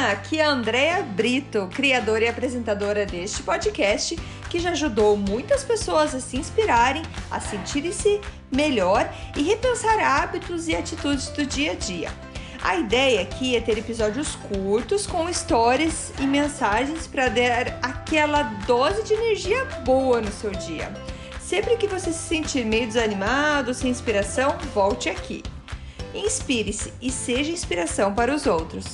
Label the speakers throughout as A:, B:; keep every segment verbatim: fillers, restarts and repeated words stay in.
A: Olá, aqui é a Andrea Brito, criadora e apresentadora deste podcast, que já ajudou muitas pessoas a se inspirarem, a sentirem-se melhor e repensar hábitos e atitudes do dia a dia. A ideia aqui é ter episódios curtos com histórias e mensagens para dar aquela dose de energia boa no seu dia. Sempre que você se sentir meio desanimado, sem inspiração, volte aqui. Inspire-se e seja inspiração para os outros.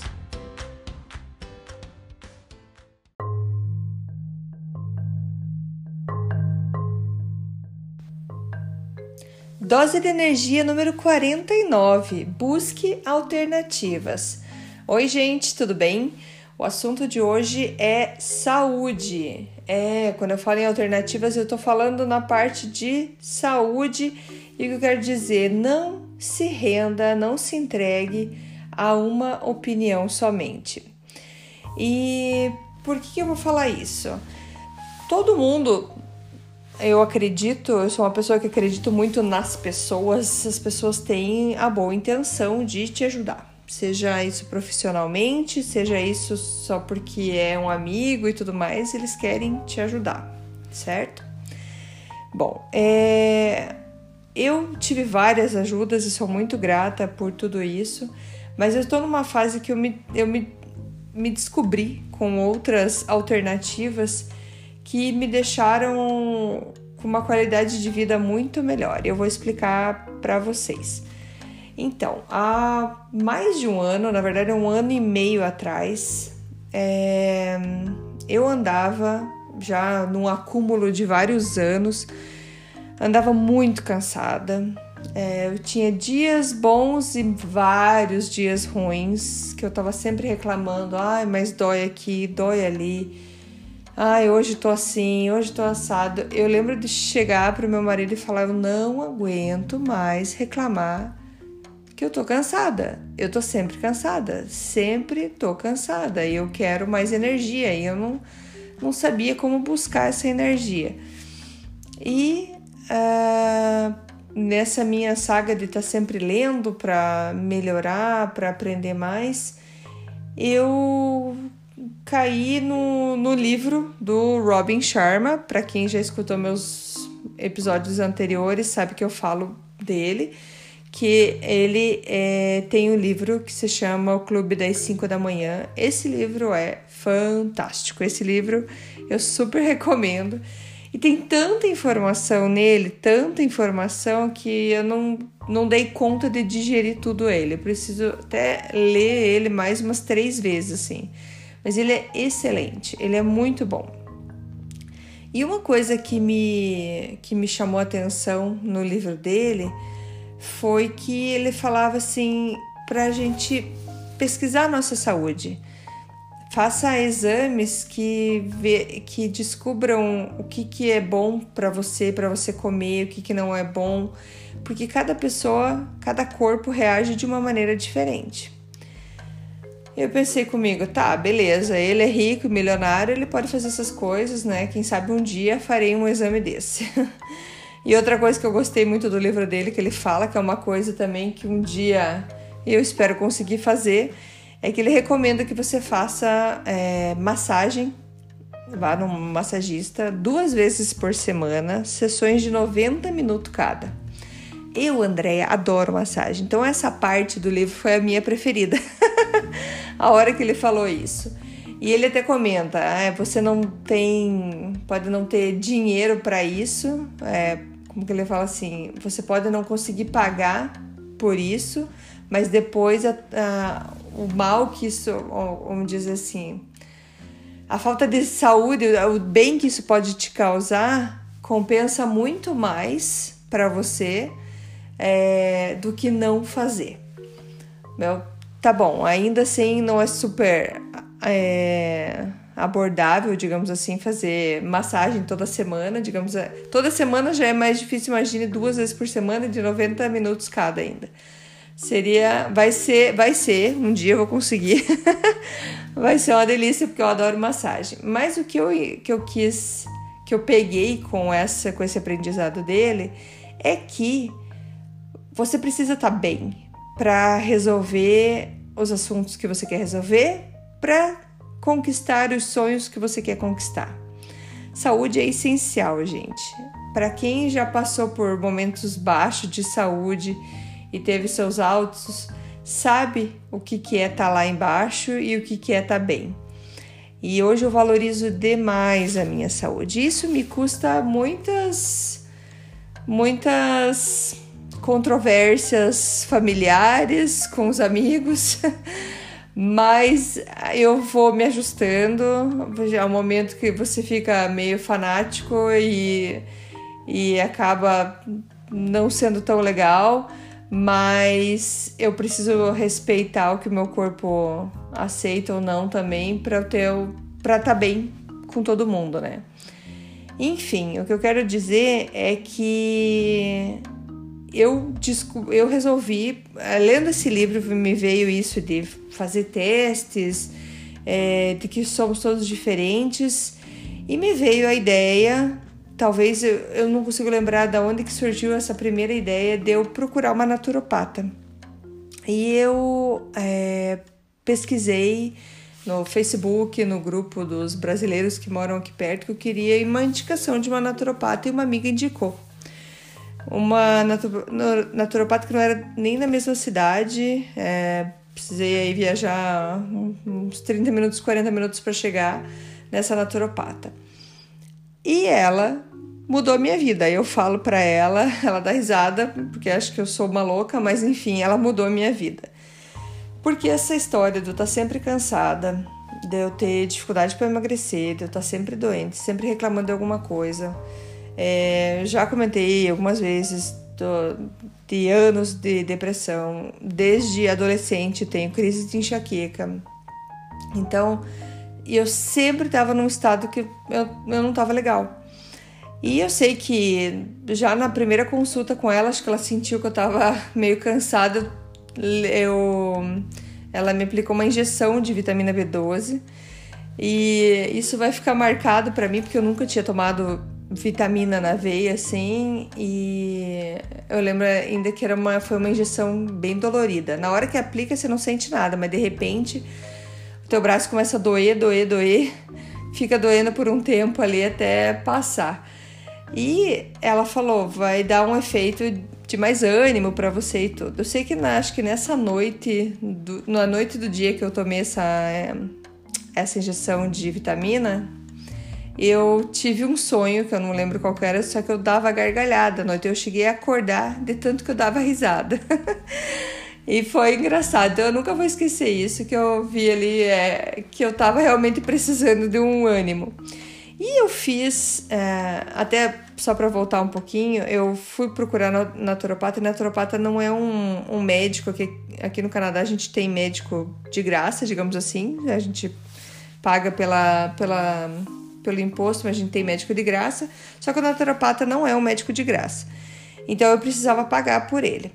A: Dose de energia número quarenta e nove. Busque alternativas. Oi, gente, tudo bem? O assunto de hoje é saúde. É, quando eu falo em alternativas, eu tô falando na parte de saúde e o que eu quero dizer, não se renda, não se entregue a uma opinião somente. E por que eu vou falar isso? Todo mundo, eu acredito, eu sou uma pessoa que acredito muito nas pessoas, as pessoas têm a boa intenção de te ajudar. Seja isso profissionalmente, seja isso só porque é um amigo e tudo mais, eles querem te ajudar, certo? Bom, é... eu tive várias ajudas e sou muito grata por tudo isso, mas eu estou numa fase que eu me, eu me, me descobri com outras alternativas que me deixaram com uma qualidade de vida muito melhor. Eu vou explicar para vocês. Então, há mais de um ano, na verdade um ano e meio atrás, é, eu andava já num acúmulo de vários anos, andava muito cansada, é, eu tinha dias bons e vários dias ruins, que eu tava sempre reclamando, ai, mas dói aqui, dói ali, ai, hoje tô assim, hoje tô assado. Eu lembro de chegar pro meu marido e falar, eu não aguento mais reclamar que eu tô cansada, eu tô sempre cansada, sempre tô cansada e eu quero mais energia e eu não, não sabia como buscar essa energia. E uh, nessa minha saga de estar sempre lendo para melhorar, para aprender mais, eu caí no, no livro do Robin Sharma. Para quem já escutou meus episódios anteriores sabe que eu falo dele, que ele é, tem um livro que se chama O Clube das cinco da manhã. Esse livro é fantástico, esse livro eu super recomendo. E tem tanta informação nele, tanta informação que eu não, não dei conta de digerir tudo ele. Eu preciso até ler ele mais umas três vezes, assim. Mas ele é excelente, ele é muito bom. E uma coisa que me, que me chamou a atenção no livro dele foi que ele falava assim, para a gente pesquisar a nossa saúde. Faça exames que, vê, que descubram o que, que é bom para você, para você comer, o que, que não é bom, porque cada pessoa, cada corpo reage de uma maneira diferente. Eu pensei comigo, tá, beleza, ele é rico, milionário, ele pode fazer essas coisas, né? Quem sabe um dia farei um exame desse. E outra coisa que eu gostei muito do livro dele, que ele fala, que é uma coisa também que um dia eu espero conseguir fazer, é que ele recomenda que você faça é, massagem, vá num massagista duas vezes por semana, sessões de noventa minutos cada. Eu, Andrea, adoro massagem, então essa parte do livro foi a minha preferida, a hora que ele falou isso. E ele até comenta, ah, você não tem, pode não ter dinheiro para isso, é, como que ele fala assim, você pode não conseguir pagar por isso, mas depois a, a, o mal que isso, vamos dizer assim, a falta de saúde, o bem que isso pode te causar, compensa muito mais para você é, do que não fazer. Meu, tá bom, ainda assim não é super é, abordável, digamos assim, fazer massagem toda semana, digamos, toda semana já é mais difícil, imagine duas vezes por semana de noventa minutos cada ainda. Seria, vai ser, vai ser, um dia eu vou conseguir, vai ser uma delícia porque eu adoro massagem. Mas o que eu, que eu quis, que eu peguei com, essa, com esse aprendizado dele é que você precisa estar bem para resolver os assuntos que você quer resolver para conquistar os sonhos que você quer conquistar. Saúde é essencial, gente. Para quem já passou por momentos baixos de saúde e teve seus altos, sabe o que, que é estar lá embaixo e o que, que é estar bem. E hoje eu valorizo demais a minha saúde. Isso me custa muitas, muitas controvérsias familiares com os amigos, mas eu vou me ajustando. É um momento que você fica meio fanático e, e acaba não sendo tão legal, mas eu preciso respeitar o que o meu corpo aceita ou não também para eu ter para estar bem com todo mundo, né? Enfim, o que eu quero dizer é que eu, eu resolvi, lendo esse livro, me veio isso de fazer testes, é, de que somos todos diferentes, e me veio a ideia, talvez eu, eu não consigo lembrar de onde que surgiu essa primeira ideia de eu procurar uma naturopata. E eu é, pesquisei no Facebook, no grupo dos brasileiros que moram aqui perto, que eu queria uma indicação de uma naturopata, e uma amiga indicou. Uma naturopata que não era nem na mesma cidade, é, precisei aí viajar uns trinta minutos, quarenta minutos para chegar nessa naturopata. E ela mudou a minha vida. Eu falo para ela, ela dá risada, porque acha que eu sou uma louca, mas enfim, ela mudou a minha vida. Porque essa história de eu estar sempre cansada, de eu ter dificuldade para emagrecer, de eu estar sempre doente, sempre reclamando de alguma coisa. É, já comentei algumas vezes do, de anos de depressão. Desde adolescente tenho crise de enxaqueca. Então, eu sempre estava num estado que eu, eu não estava legal. E eu sei que já na primeira consulta com ela, acho que ela sentiu que eu estava meio cansada. Eu, ela me aplicou uma injeção de vitamina B doze. E isso vai ficar marcado para mim, porque eu nunca tinha tomado vitamina na veia, assim, e eu lembro ainda que era uma, foi uma injeção bem dolorida. Na hora que aplica, você não sente nada, mas de repente o teu braço começa a doer, doer, doer, fica doendo por um tempo ali até passar. E ela falou, vai dar um efeito de mais ânimo pra você e tudo. Eu sei que na, acho que nessa noite, do, na noite do dia que eu tomei essa, essa injeção de vitamina, eu tive um sonho, que eu não lembro qual que era, só que eu dava gargalhada à noite. Eu cheguei a acordar de tanto que eu dava risada. E foi engraçado. Eu nunca vou esquecer isso, que eu vi ali, é, que eu tava realmente precisando de um ânimo. E eu fiz, é, até só para voltar um pouquinho, eu fui procurar naturopata, e naturopata não é um, um médico, aqui, aqui no Canadá a gente tem médico de graça, digamos assim, a gente paga pela, pela, pelo imposto, mas a gente tem médico de graça, só que o naturopata não é um médico de graça, então eu precisava pagar por ele.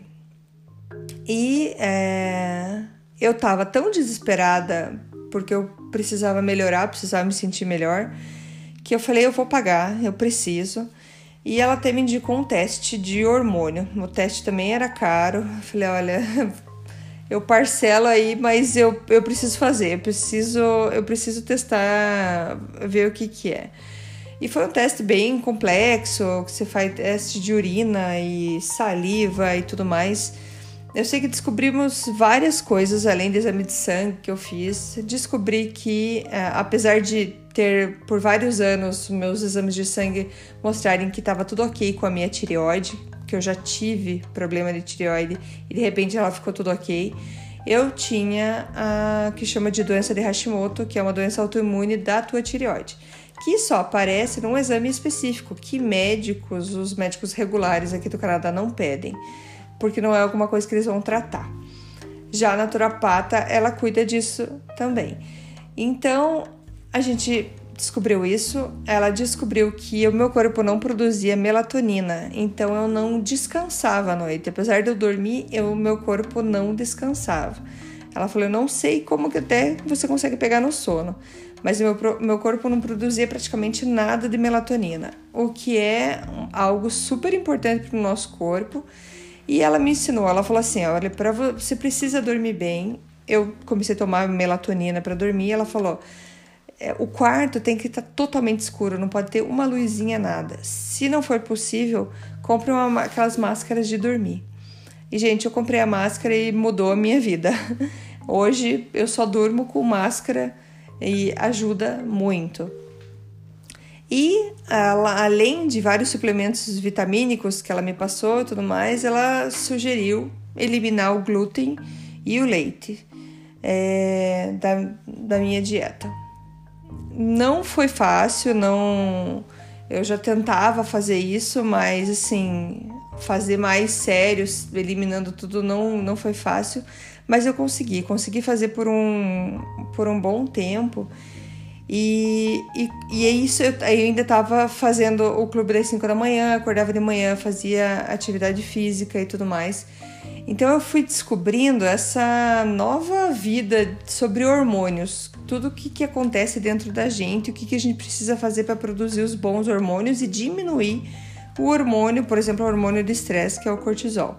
A: E é, eu tava tão desesperada, porque eu precisava melhorar, precisava me sentir melhor, que eu falei, eu vou pagar, eu preciso. E ela até me indicou um teste de hormônio. O teste também era caro. Eu falei, olha, eu parcelo aí, mas eu, eu preciso fazer, eu preciso, eu preciso testar, ver o que que é. E foi um teste bem complexo, que você faz teste de urina e saliva e tudo mais. Eu sei que descobrimos várias coisas, além do exame de sangue que eu fiz. Descobri que, apesar de ter, por vários anos, meus exames de sangue mostrarem que estava tudo ok com a minha tireoide, que eu já tive problema de tireoide e de repente ela ficou tudo ok, eu tinha a que chama de doença de Hashimoto, que é uma doença autoimune da tua tireoide, que só aparece num exame específico, que médicos, os médicos regulares aqui do Canadá não pedem, porque não é alguma coisa que eles vão tratar. Já a naturopata, ela cuida disso também. Então, a gente descobriu isso, ela descobriu que o meu corpo não produzia melatonina, então eu não descansava à noite. Apesar de eu dormir, o meu corpo não descansava. Ela falou, eu não sei como que até você consegue pegar no sono, mas meu, meu corpo não produzia praticamente nada de melatonina, o que é algo super importante para o nosso corpo. E ela me ensinou, ela falou assim, olha, para você precisa dormir bem, eu comecei a tomar melatonina para dormir, ela falou, é, o quarto tem que estar tá totalmente escuro, não pode ter uma luzinha, nada. Se não for possível, compre uma, aquelas máscaras de dormir. E, gente, eu comprei a máscara e mudou a minha vida. Hoje eu só durmo com máscara e ajuda muito. E, ela, além de vários suplementos vitamínicos que ela me passou e tudo mais, ela sugeriu eliminar o glúten e o leite é, da, da minha dieta. Não foi fácil, não... Eu já tentava fazer isso, mas, assim, fazer mais sério, eliminando tudo, não, não foi fácil. Mas eu consegui, consegui fazer por um, por um bom tempo. E, e, e é isso, eu, eu ainda estava fazendo o clube das cinco da manhã, acordava de manhã, fazia atividade física e tudo mais. Então eu fui descobrindo essa nova vida sobre hormônios, tudo o que, que acontece dentro da gente, o que, que a gente precisa fazer para produzir os bons hormônios e diminuir o hormônio, por exemplo, o hormônio do estresse, que é o cortisol.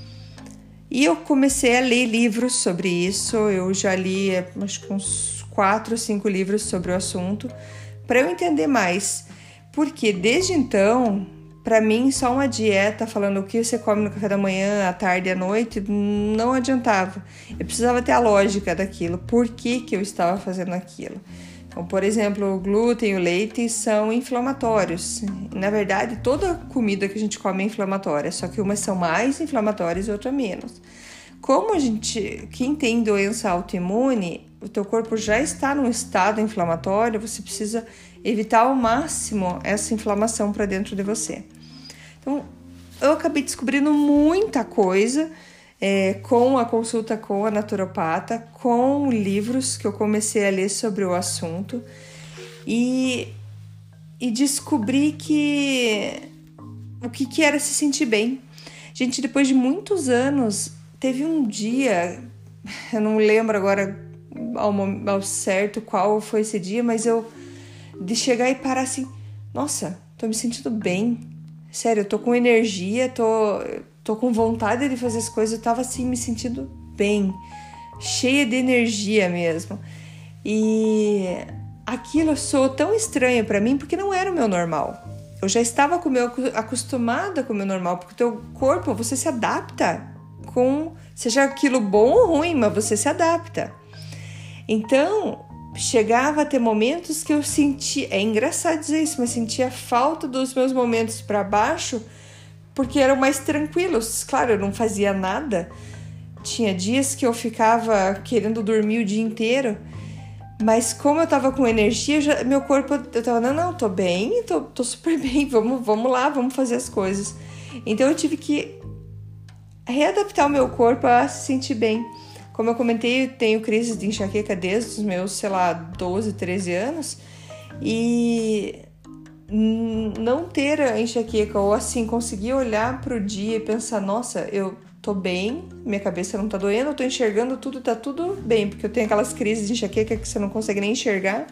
A: E eu comecei a ler livros sobre isso, eu já li acho que uns quatro, cinco livros sobre o assunto, para eu entender mais. Porque desde então, para mim, só uma dieta falando o que você come no café da manhã, à tarde e à noite, não adiantava. Eu precisava ter a lógica daquilo, por que, que eu estava fazendo aquilo. Então, por exemplo, o glúten e o leite são inflamatórios. Na verdade, toda comida que a gente come é inflamatória, só que umas são mais inflamatórias e outras menos. Como a gente, quem tem doença autoimune, o teu corpo já está num estado inflamatório, você precisa evitar ao máximo essa inflamação para dentro de você. Então, eu acabei descobrindo muita coisa é, com a consulta com a naturopata, com livros que eu comecei a ler sobre o assunto e, e descobri que o que, que era se sentir bem. Gente, depois de muitos anos, teve um dia, eu não lembro agora ao, ao certo qual foi esse dia, mas eu de chegar e parar assim, nossa, tô me sentindo bem, sério, eu tô com energia, tô, tô com vontade de fazer as coisas, eu tava assim me sentindo bem, cheia de energia mesmo. E aquilo soou tão estranho pra mim porque não era o meu normal. Eu já estava com o meu, acostumada com o meu normal, porque o teu corpo, você se adapta com, seja aquilo bom ou ruim, mas você se adapta. Então, chegava a ter momentos que eu sentia, é engraçado dizer isso, mas sentia falta dos meus momentos para baixo, porque eram mais tranquilos. Claro, eu não fazia nada. Tinha dias que eu ficava querendo dormir o dia inteiro, mas como eu tava com energia, já, meu corpo, eu tava, não, não, tô bem, tô, tô super bem, vamos, vamos lá, vamos fazer as coisas. Então eu tive que readaptar o meu corpo a se sentir bem. Como eu comentei, eu tenho crises de enxaqueca desde os meus, sei lá, doze, treze anos. E não ter a enxaqueca ou assim, conseguir olhar pro dia e pensar, nossa, eu tô bem, minha cabeça não tá doendo, eu tô enxergando tudo, tá tudo bem. Porque eu tenho aquelas crises de enxaqueca que você não consegue nem enxergar.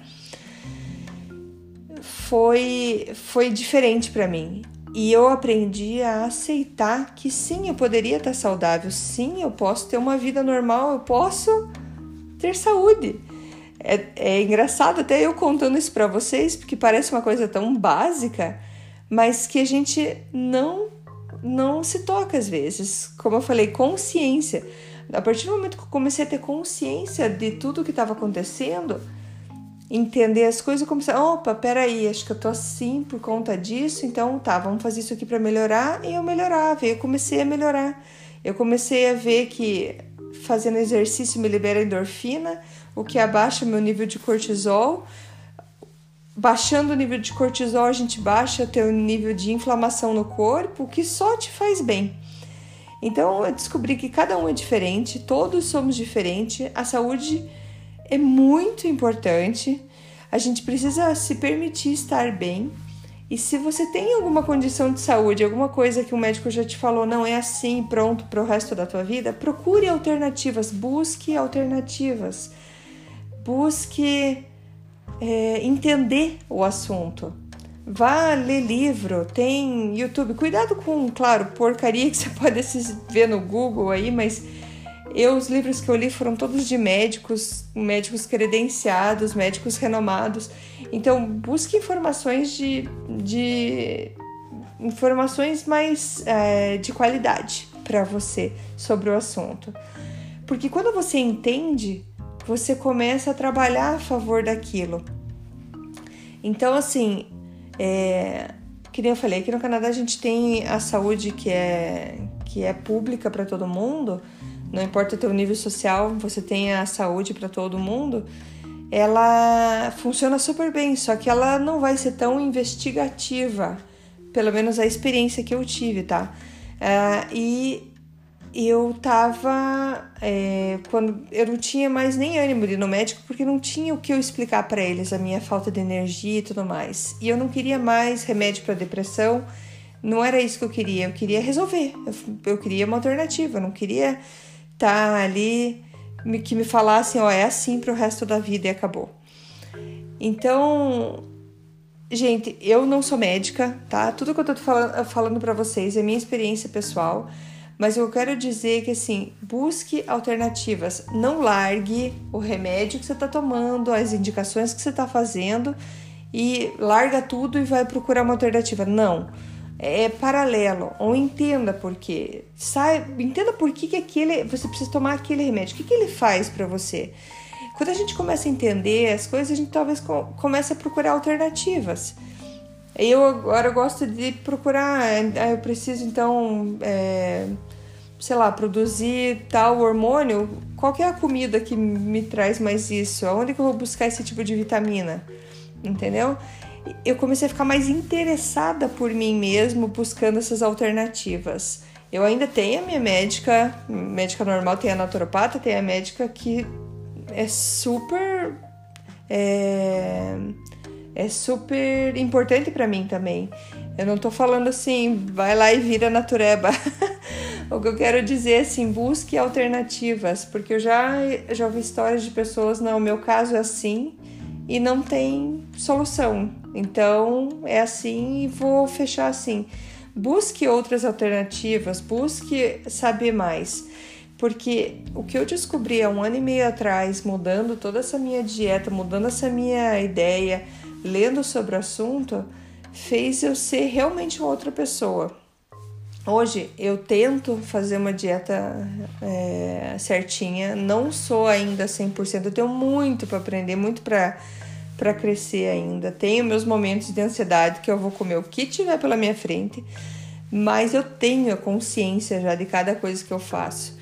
A: Foi, foi diferente pra mim. E eu aprendi a aceitar que sim, eu poderia estar saudável, sim, eu posso ter uma vida normal, eu posso ter saúde. É, é engraçado até eu contando isso para vocês, porque parece uma coisa tão básica, mas que a gente não, não se toca às vezes. Como eu falei, consciência. A partir do momento que eu comecei a ter consciência de tudo que estava acontecendo, entender as coisas, eu comecei, opa, peraí, acho que eu tô assim por conta disso, então tá, vamos fazer isso aqui para melhorar, e eu melhorava, e eu comecei a melhorar. Eu comecei a ver que fazendo exercício me libera endorfina, o que abaixa meu nível de cortisol. Baixando o nível de cortisol, a gente baixa o teu nível de inflamação no corpo, o que só te faz bem. Então eu descobri que cada um é diferente, todos somos diferentes, a saúde é muito importante, a gente precisa se permitir estar bem. E se você tem alguma condição de saúde, alguma coisa que o médico já te falou, não é assim, pronto para o resto da tua vida, procure alternativas, busque alternativas, busque é, entender o assunto. Vá ler livro, tem YouTube, cuidado com, claro, porcaria que você pode ver no Google aí, mas Eu, os livros que eu li foram todos de médicos, médicos credenciados, médicos renomados. Então, busque informações de, de informações mais é, de qualidade para você sobre o assunto. Porque quando você entende, você começa a trabalhar a favor daquilo. Então, assim, é, que nem eu falei, aqui no Canadá a gente tem a saúde que é, que é pública para todo mundo, não importa o teu nível social, você tem a saúde para todo mundo, ela funciona super bem, só que ela não vai ser tão investigativa, pelo menos a experiência que eu tive, tá? É, e eu tava, é, quando eu não tinha mais nem ânimo de ir no médico, porque não tinha o que eu explicar para eles, a minha falta de energia e tudo mais. E eu não queria mais remédio para depressão, não era isso que eu queria, eu queria resolver, eu, eu queria uma alternativa, eu não queria estar ali, que me falassem, ó, é assim pro resto da vida e acabou. Então, gente, eu não sou médica, tá? Tudo que eu tô falando, falando para vocês é minha experiência pessoal. Mas eu quero dizer que, assim, busque alternativas. Não largue o remédio que você está tomando, as indicações que você está fazendo e larga tudo e vai procurar uma alternativa. Não. É paralelo. Ou entenda por quê. Sai, entenda por que, que aquele, você precisa tomar aquele remédio. O que, que ele faz para você? Quando a gente começa a entender as coisas, a gente talvez comece a procurar alternativas. Eu agora gosto de procurar, eu preciso então, é, sei lá, produzir tal hormônio, qual que é a comida que me traz mais isso? Aonde que eu vou buscar esse tipo de vitamina? Entendeu? Eu comecei a ficar mais interessada por mim mesmo, buscando essas alternativas. Eu ainda tenho a minha médica, médica normal, tem a naturopata, tem a médica que é super... É... É super importante pra mim também. Eu não tô falando assim, vai lá e vira natureba. O que eu quero dizer é assim, busque alternativas. Porque eu já, já ouvi histórias de pessoas, não, o meu caso é assim e não tem solução. Então, é assim e vou fechar assim. Busque outras alternativas, busque saber mais. Porque o que eu descobri há um ano e meio atrás, mudando toda essa minha dieta, mudando essa minha ideia, lendo sobre o assunto, fez eu ser realmente uma outra pessoa. Hoje eu tento fazer uma dieta é, certinha, não sou ainda cem por cento, eu tenho muito para aprender, muito para para crescer ainda. Tenho meus momentos de ansiedade que eu vou comer o que tiver pela minha frente, mas eu tenho a consciência já de cada coisa que eu faço.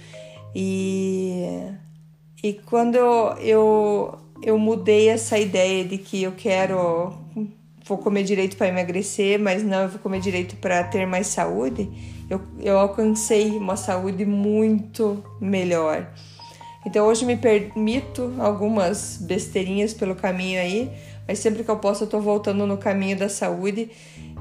A: E, e quando eu... eu mudei essa ideia de que eu quero, vou comer direito para emagrecer, mas não, eu vou comer direito para ter mais saúde, eu, eu alcancei uma saúde muito melhor. Então hoje me permito algumas besteirinhas pelo caminho aí, mas sempre que eu posso eu tô voltando no caminho da saúde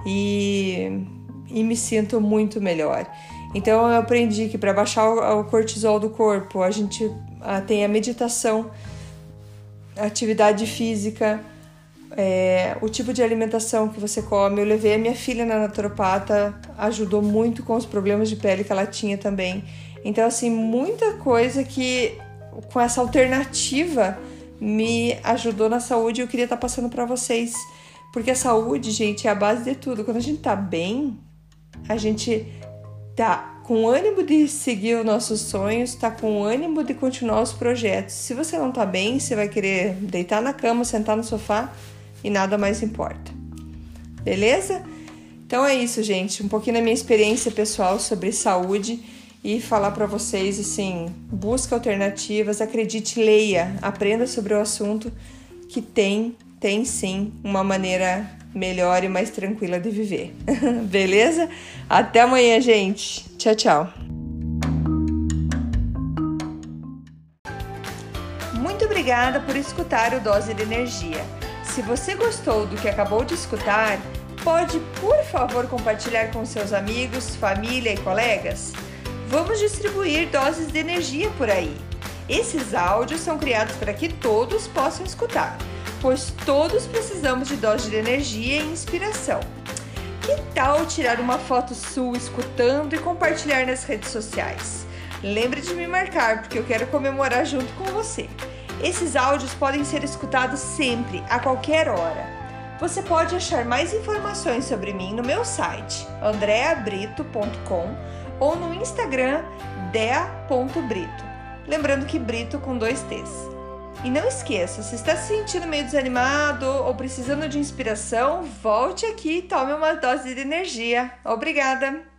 A: e, e me sinto muito melhor. Então eu aprendi que para baixar o, o cortisol do corpo, a gente a, tem a meditação, atividade física, é, o tipo de alimentação que você come. Eu levei a minha filha na naturopata, ajudou muito com os problemas de pele que ela tinha também. Então, assim, muita coisa que com essa alternativa me ajudou na saúde e eu queria estar passando para vocês. Porque a saúde, gente, é a base de tudo. Quando a gente tá bem, a gente tá com ânimo de seguir os nossos sonhos, tá com ânimo de continuar os projetos. Se você não tá bem, você vai querer deitar na cama, sentar no sofá e nada mais importa. Beleza? Então é isso, gente. Um pouquinho da minha experiência pessoal sobre saúde e falar para vocês, assim, busca alternativas, acredite, leia, aprenda sobre o assunto, que tem, tem sim uma maneira melhor e mais tranquila de viver. Beleza? Até amanhã, gente. Tchau, tchau. Muito obrigada por escutar o Dose de Energia. Se você gostou do que acabou de escutar, pode, por favor, compartilhar com seus amigos, família e colegas? Vamos distribuir doses de energia por aí. Esses áudios são criados para que todos possam escutar, pois todos precisamos de doses de energia e inspiração. Que tal tirar uma foto sua escutando e compartilhar nas redes sociais? Lembre de me marcar, porque eu quero comemorar junto com você. Esses áudios podem ser escutados sempre, a qualquer hora. Você pode achar mais informações sobre mim no meu site, andrea brito ponto com, ou no Instagram, dea ponto brito. Lembrando que Brito com dois T's. E não esqueça, se está se sentindo meio desanimado ou precisando de inspiração, volte aqui e tome uma dose de energia. Obrigada!